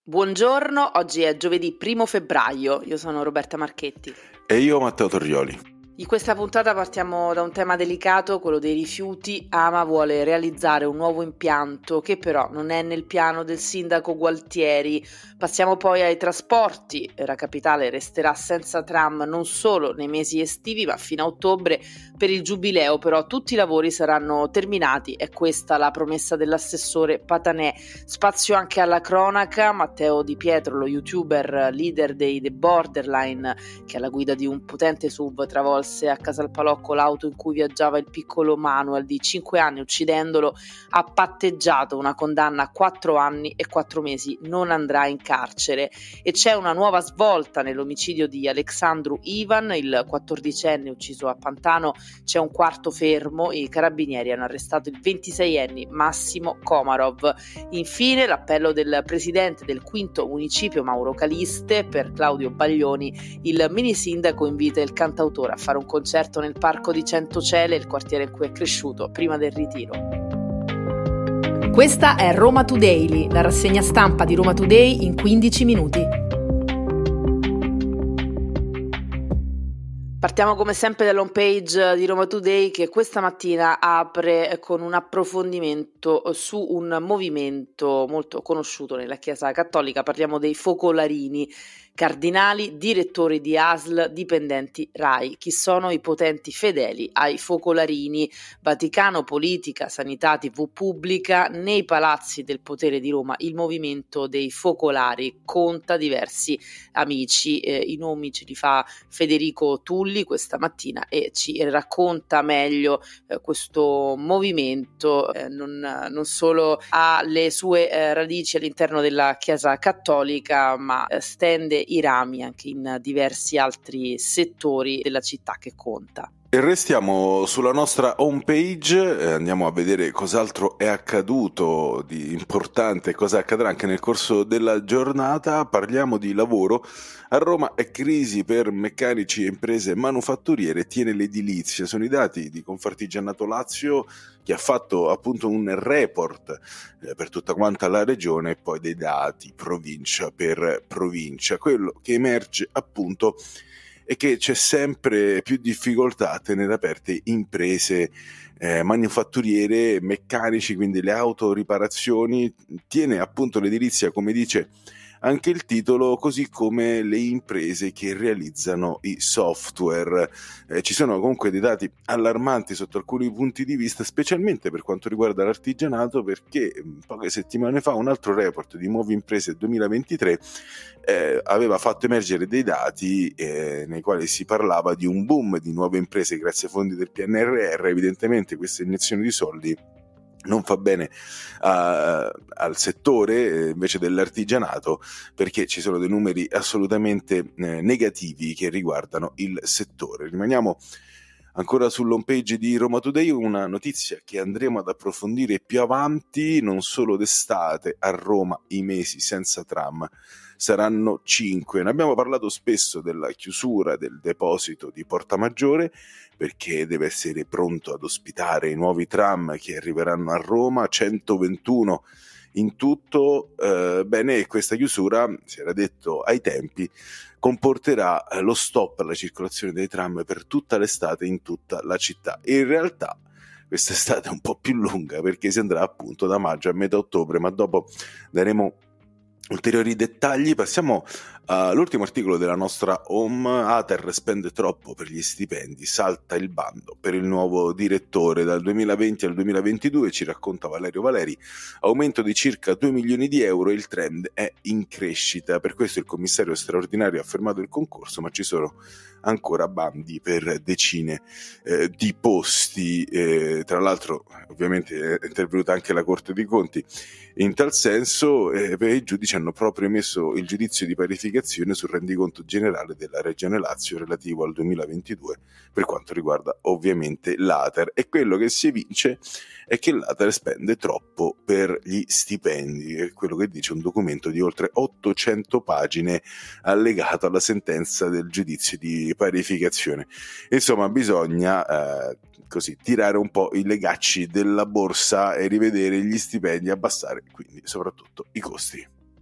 Buongiorno, oggi è giovedì 1 febbraio, io sono Roberta Marchetti. E io Matteo Torrioli. In questa puntata partiamo da un tema delicato, quello dei rifiuti. Ama vuole realizzare un nuovo impianto che però non è nel piano del sindaco Gualtieri. Passiamo poi ai trasporti. La capitale resterà senza tram non solo nei mesi estivi ma fino a ottobre. Per il giubileo però tutti i lavori saranno terminati, è questa la promessa dell'assessore Patanè. Spazio anche alla cronaca. Matteo Di Pietro, lo youtuber leader dei The Borderline, che alla guida di un potente SUV travolse a Casalpalocco l'auto in cui viaggiava il piccolo Manuel di 5 anni uccidendolo, ha patteggiato una condanna a 4 anni e 4 mesi, non andrà in carcere. E c'è una nuova svolta nell'omicidio di Alexandru Ivan, il 14enne ucciso a Pantano. C'è un quarto fermo, i carabinieri hanno arrestato il 26enne Massimo Komarov. Infine l'appello del presidente del quinto municipio Mauro Caliste per Claudio Baglioni. Il mini sindaco invita il cantautore a fare un concerto nel parco di Centocele, il quartiere in cui è cresciuto prima del ritiro. Questa è Roma Today, la rassegna stampa di Roma Today in 15 minuti. Partiamo come sempre dall'home page di Roma Today, che questa mattina apre con un approfondimento su un movimento molto conosciuto nella Chiesa Cattolica. Parliamo dei focolarini, cardinali, direttori di ASL, dipendenti RAI. Chi sono i potenti fedeli ai focolarini? Vaticano, politica, sanità, TV pubblica. Nei palazzi del potere di Roma il movimento dei focolari conta diversi amici. I nomi ce li fa Federico Tulli questa mattina e ci racconta meglio questo movimento. Non solo ha le sue radici all'interno della Chiesa Cattolica, ma stende i rami anche in diversi altri settori della città che conta. E restiamo sulla nostra homepage, andiamo a vedere cos'altro è accaduto di importante e cosa accadrà anche nel corso della giornata. Parliamo di lavoro. A Roma è crisi per meccanici e imprese manufatturiere, tiene l'edilizia. Sono i dati di Confartigianato Lazio, che ha fatto appunto un report per tutta quanta la regione e poi dei dati provincia per provincia. Quello che emerge appunto è che c'è sempre più difficoltà a tenere aperte imprese manufatturiere, meccanici, quindi le autoriparazioni. Tiene appunto l'edilizia, come dice anche il titolo, così come le imprese che realizzano i software. Ci sono comunque dei dati allarmanti sotto alcuni punti di vista, specialmente per quanto riguarda l'artigianato, perché poche settimane fa un altro report di Nuove Imprese 2023 aveva fatto emergere dei dati nei quali si parlava di un boom di nuove imprese grazie ai fondi del PNRR. Evidentemente questa iniezione di soldi non fa bene al settore invece dell'artigianato, perché ci sono dei numeri assolutamente negativi che riguardano il settore. Rimaniamo ancora sull'home page di Roma Today, una notizia che andremo ad approfondire più avanti. Non solo d'estate a Roma i mesi senza tram saranno 5. Ne abbiamo parlato spesso della chiusura del deposito di Porta Maggiore, perché deve essere pronto ad ospitare i nuovi tram che arriveranno a Roma, 121 in tutto. Bene, questa chiusura, si era detto ai tempi, comporterà lo stop alla circolazione dei tram per tutta l'estate in tutta la città. In realtà quest'estate è un po' più lunga, perché si andrà appunto da maggio a metà ottobre, ma dopo daremo ulteriori dettagli. Passiamo all'ultimo articolo della nostra home. Ater spende troppo per gli stipendi, salta il bando per il nuovo direttore dal 2020 al 2022, ci racconta Valerio Valeri. Aumento di circa 2 milioni di euro, il trend è in crescita. Per questo il commissario straordinario ha fermato il concorso, ma ci sono ancora bandi per decine di posti. Tra l'altro ovviamente è intervenuta anche la Corte dei Conti in tal senso, i giudici hanno proprio emesso il giudizio di parificazione sul rendiconto generale della Regione Lazio relativo al 2022 per quanto riguarda ovviamente l'Ater, e quello che si evince è che l'Ater spende troppo per gli stipendi. È quello che dice un documento di oltre 800 pagine allegato alla sentenza del giudizio di parificazione. Insomma, bisogna così tirare un po' i legacci della borsa e rivedere gli stipendi, abbassare quindi soprattutto i costi.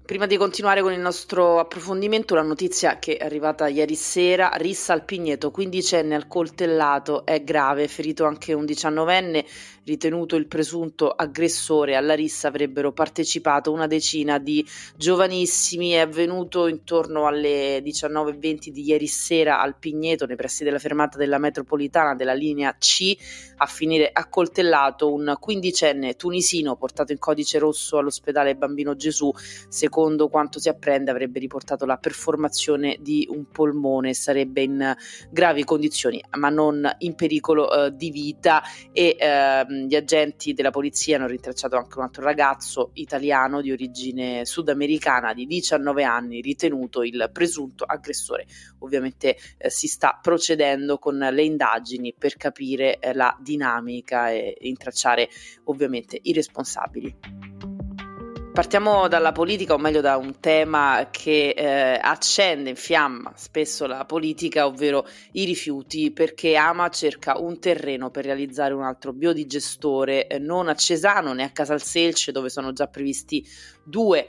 Prima di continuare con il nostro approfondimento, la notizia che è arrivata ieri sera: rissa al Pigneto, 15enne accoltellato, è grave, ferito anche un 19enne, ritenuto il presunto aggressore. Alla rissa avrebbero partecipato una decina di giovanissimi. È avvenuto intorno alle 19:20 di ieri sera al Pigneto, nei pressi della fermata della metropolitana della linea C. A finire accoltellato un 15enne tunisino portato in codice rosso all'ospedale Bambino Gesù. Secondo quanto si apprende, avrebbe riportato la performazione di un polmone, sarebbe in gravi condizioni ma non in pericolo di vita, e gli agenti della polizia hanno rintracciato anche un altro ragazzo italiano di origine sudamericana di 19 anni, ritenuto il presunto aggressore. Ovviamente si sta procedendo con le indagini per capire la dinamica e intracciare ovviamente i responsabili. Partiamo dalla politica, o meglio da un tema che accende, infiamma spesso la politica, ovvero i rifiuti, perché AMA cerca un terreno per realizzare un altro biodigestore, non a Cesano né a Casalselce, dove sono già previsti 2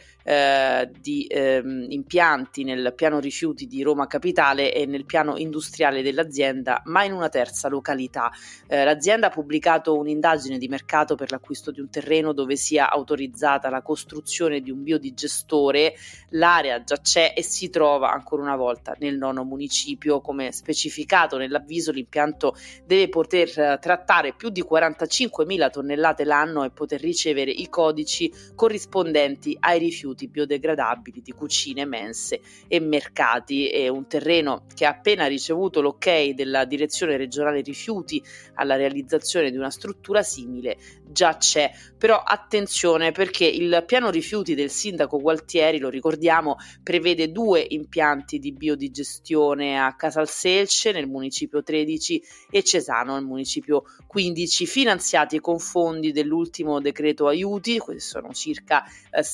impianti nel piano rifiuti di Roma Capitale e nel piano industriale dell'azienda, ma in una terza località. L'azienda ha pubblicato un'indagine di mercato per l'acquisto di un terreno dove sia autorizzata la costruzione di un biodigestore. L'area già c'è e si trova ancora una volta nel 9° municipio. Come specificato nell'avviso, l'impianto deve poter trattare più di 45.000 tonnellate l'anno e poter ricevere i codici corrispondenti ai rifiuti biodegradabili di cucine, mense e mercati. È un terreno che ha appena ricevuto l'ok della direzione regionale rifiuti alla realizzazione di una struttura simile. Già c'è, però attenzione, perché il piano rifiuti del sindaco Gualtieri, lo ricordiamo, prevede 2 impianti di biodigestione a Casalselce nel municipio 13 e Cesano nel municipio 15, finanziati con fondi dell'ultimo decreto aiuti. Questi sono circa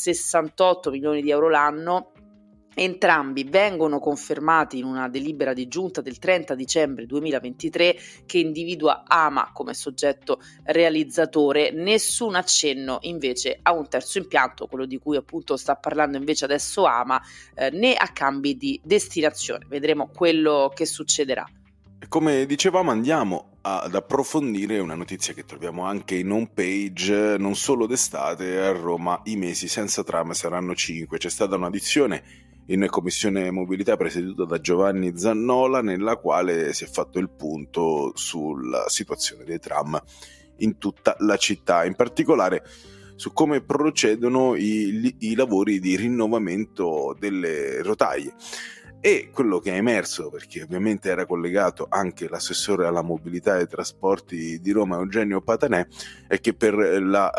68 milioni di euro l'anno. Entrambi vengono confermati in una delibera di giunta del 30 dicembre 2023 che individua AMA come soggetto realizzatore. Nessun accenno invece a un terzo impianto, quello di cui appunto sta parlando invece adesso AMA, né a cambi di destinazione. Vedremo quello che succederà. Come dicevamo, andiamo ad approfondire una notizia che troviamo anche in home page. Non solo d'estate, a Roma i mesi senza tram saranno 5. C'è stata un'audizione in commissione mobilità presieduta da Giovanni Zannola, nella quale si è fatto il punto sulla situazione dei tram in tutta la città, in particolare su come procedono i lavori di rinnovamento delle rotaie. E quello che è emerso, perché ovviamente era collegato anche l'assessore alla mobilità e ai trasporti di Roma Eugenio Patanè, è che per la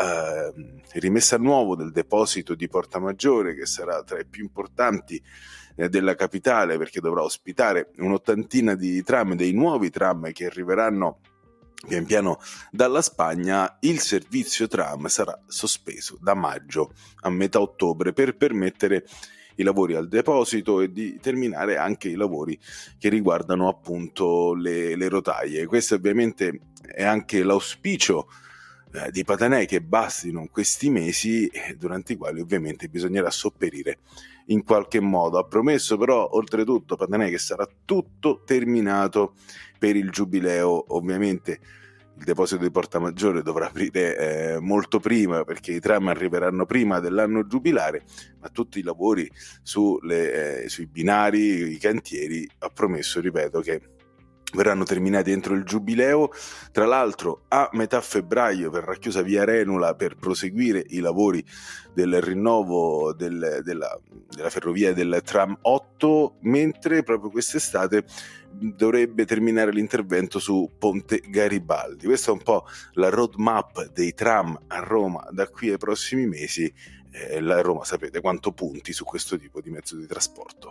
rimessa a nuovo del deposito di Portamaggiore, che sarà tra i più importanti della capitale, perché dovrà ospitare un'ottantina di tram, dei nuovi tram che arriveranno pian piano dalla Spagna, il servizio tram sarà sospeso da maggio a metà ottobre per permettere i lavori al deposito e di terminare anche i lavori che riguardano appunto le rotaie. Questo ovviamente è anche l'auspicio di Patanè, che bastino questi mesi durante i quali ovviamente bisognerà sopperire in qualche modo. Ha promesso però oltretutto Patanè che sarà tutto terminato per il giubileo. Ovviamente il deposito di Portamaggiore dovrà aprire molto prima, perché i tram arriveranno prima dell'anno giubilare, ma tutti i lavori sui binari, i cantieri, ha promesso, ripeto, che verranno terminati entro il giubileo. Tra l'altro a metà febbraio verrà chiusa via Arenula per proseguire i lavori del rinnovo della ferrovia del tram 8, mentre proprio quest'estate dovrebbe terminare l'intervento su Ponte Garibaldi. Questa è un po' la roadmap dei tram a Roma da qui ai prossimi mesi. La Roma sapete quanto punti su questo tipo di mezzo di trasporto.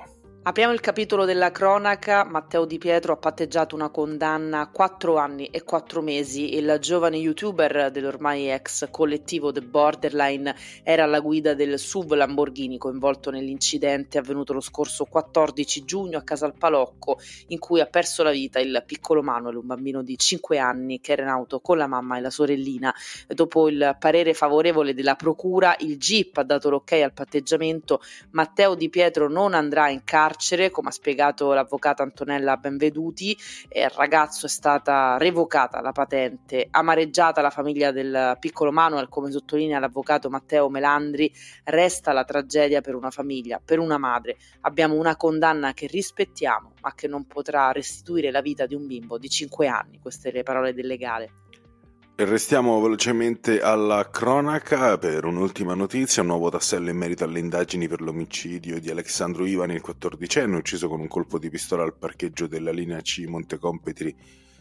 Apriamo il capitolo della cronaca. Matteo Di Pietro ha patteggiato una condanna a 4 anni e 4 mesi. Il giovane youtuber dell'ormai ex collettivo The Borderline era alla guida del SUV Lamborghini coinvolto nell'incidente avvenuto lo scorso 14 giugno a Casalpalocco, in cui ha perso la vita il piccolo Manuel, un bambino di 5 anni che era in auto con la mamma e la sorellina. Dopo il parere favorevole della procura, il GIP ha dato l'ok al patteggiamento. Matteo Di Pietro non andrà in carcere, come ha spiegato l'avvocata Antonella Benveduti. Al ragazzo è stata revocata la patente. Amareggiata la famiglia del piccolo Manuel, come sottolinea l'avvocato Matteo Melandri. Resta la tragedia per una famiglia, per una madre. Abbiamo una condanna che rispettiamo, ma che non potrà restituire la vita di un bimbo di 5 anni. Queste le parole del legale. Restiamo velocemente alla cronaca per un'ultima notizia, un nuovo tassello in merito alle indagini per l'omicidio di Alessandro Ivani, il 14enne, ucciso con un colpo di pistola al parcheggio della linea C Montecompetri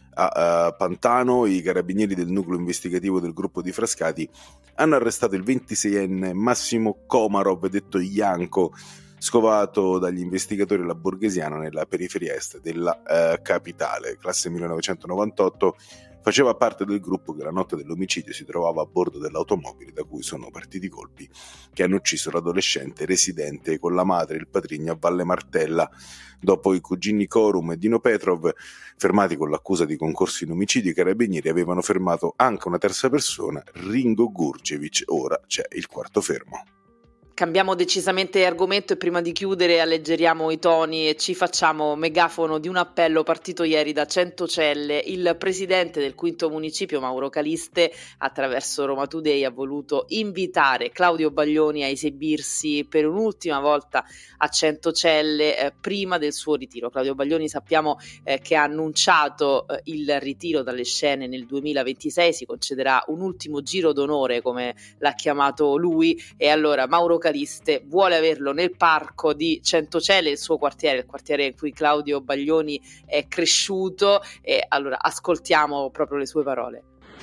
a Pantano. I carabinieri del nucleo investigativo del gruppo di Frascati hanno arrestato il 26enne Massimo Komarov, detto Ianco, scovato dagli investigatori alla Borghesiana nella periferia est della capitale. Classe 1998, faceva parte del gruppo che la notte dell'omicidio si trovava a bordo dell'automobile da cui sono partiti i colpi che hanno ucciso l'adolescente residente con la madre e il patrigno a Valle Martella. Dopo i cugini Corum e Dino Petrov fermati con l'accusa di concorso in omicidio, i carabinieri avevano fermato anche una terza persona, Ringo Gurcevic. Ora c'è il quarto fermo. Cambiamo decisamente argomento e prima di chiudere alleggeriamo i toni e ci facciamo megafono di un appello partito ieri da Centocelle. Il presidente del quinto municipio, Mauro Caliste, attraverso Roma Today ha voluto invitare Claudio Baglioni a esibirsi per un'ultima volta a Centocelle prima del suo ritiro. Claudio Baglioni sappiamo che ha annunciato il ritiro dalle scene nel 2026, si concederà un ultimo giro d'onore, come l'ha chiamato lui, e allora Mauro Caliste vuole averlo nel parco di Centocelle, il suo quartiere, il quartiere in cui Claudio Baglioni è cresciuto, e allora ascoltiamo proprio le sue parole.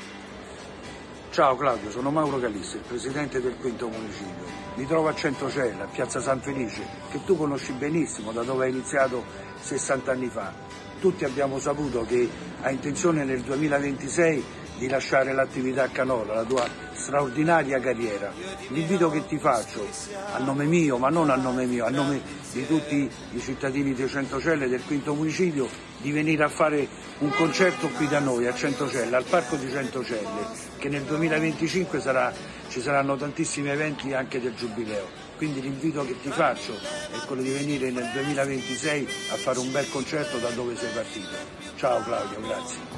Ciao Claudio, sono Mauro Caliste, il presidente del quinto municipio. Mi trovo a Centocelle, a Piazza San Felice, che tu conosci benissimo, da dove hai iniziato 60 anni fa. Tutti abbiamo saputo che hai intenzione nel 2026 di lasciare l'attività canola, la tua straordinaria carriera. L'invito che ti faccio, a nome mio, ma non a nome mio, a nome di tutti i cittadini di Centocelle e del quinto municipio, di venire a fare un concerto qui da noi, a Centocelle, al parco di Centocelle, che nel 2025 ci saranno tantissimi eventi anche del Giubileo. Quindi l'invito che ti faccio è quello di venire nel 2026 a fare un bel concerto da dove sei partito. Ciao Claudio, grazie.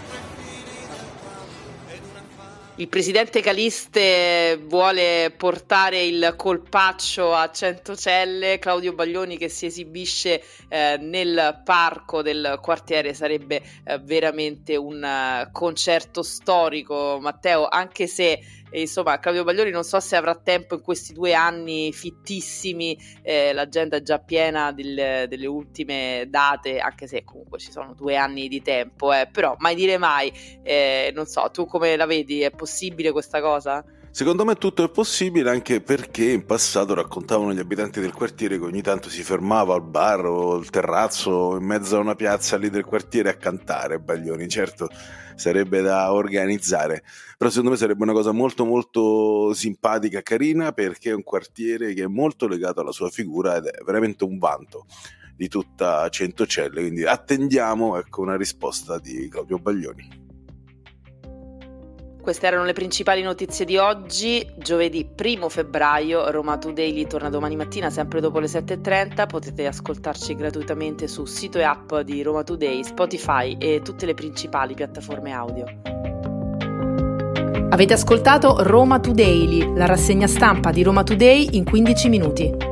Il presidente Caliste vuole portare il colpaccio a Centocelle. Claudio Baglioni che si esibisce nel parco del quartiere sarebbe veramente un concerto storico, Matteo, anche se insomma Claudio Baglioni non so se avrà tempo in questi 2 anni fittissimi, l'agenda è già piena delle ultime date, anche se comunque ci sono 2 anni di tempo, però mai dire mai. Non so, tu come la vedi? È possibile questa cosa? Secondo me tutto è possibile, anche perché in passato raccontavano gli abitanti del quartiere che ogni tanto si fermava al bar o al terrazzo in mezzo a una piazza lì del quartiere a cantare Baglioni. Certo, sarebbe da organizzare, però secondo me sarebbe una cosa molto molto simpatica, carina, perché è un quartiere che è molto legato alla sua figura ed è veramente un vanto di tutta Centocelle, quindi attendiamo, ecco, una risposta di Claudio Baglioni. Queste erano le principali notizie di oggi, giovedì 1 febbraio. Roma Today torna domani mattina sempre dopo le 7:30, potete ascoltarci gratuitamente su sito e app di Roma Today, Spotify e tutte le principali piattaforme audio. Avete ascoltato Roma Today, la rassegna stampa di Roma Today in 15 minuti.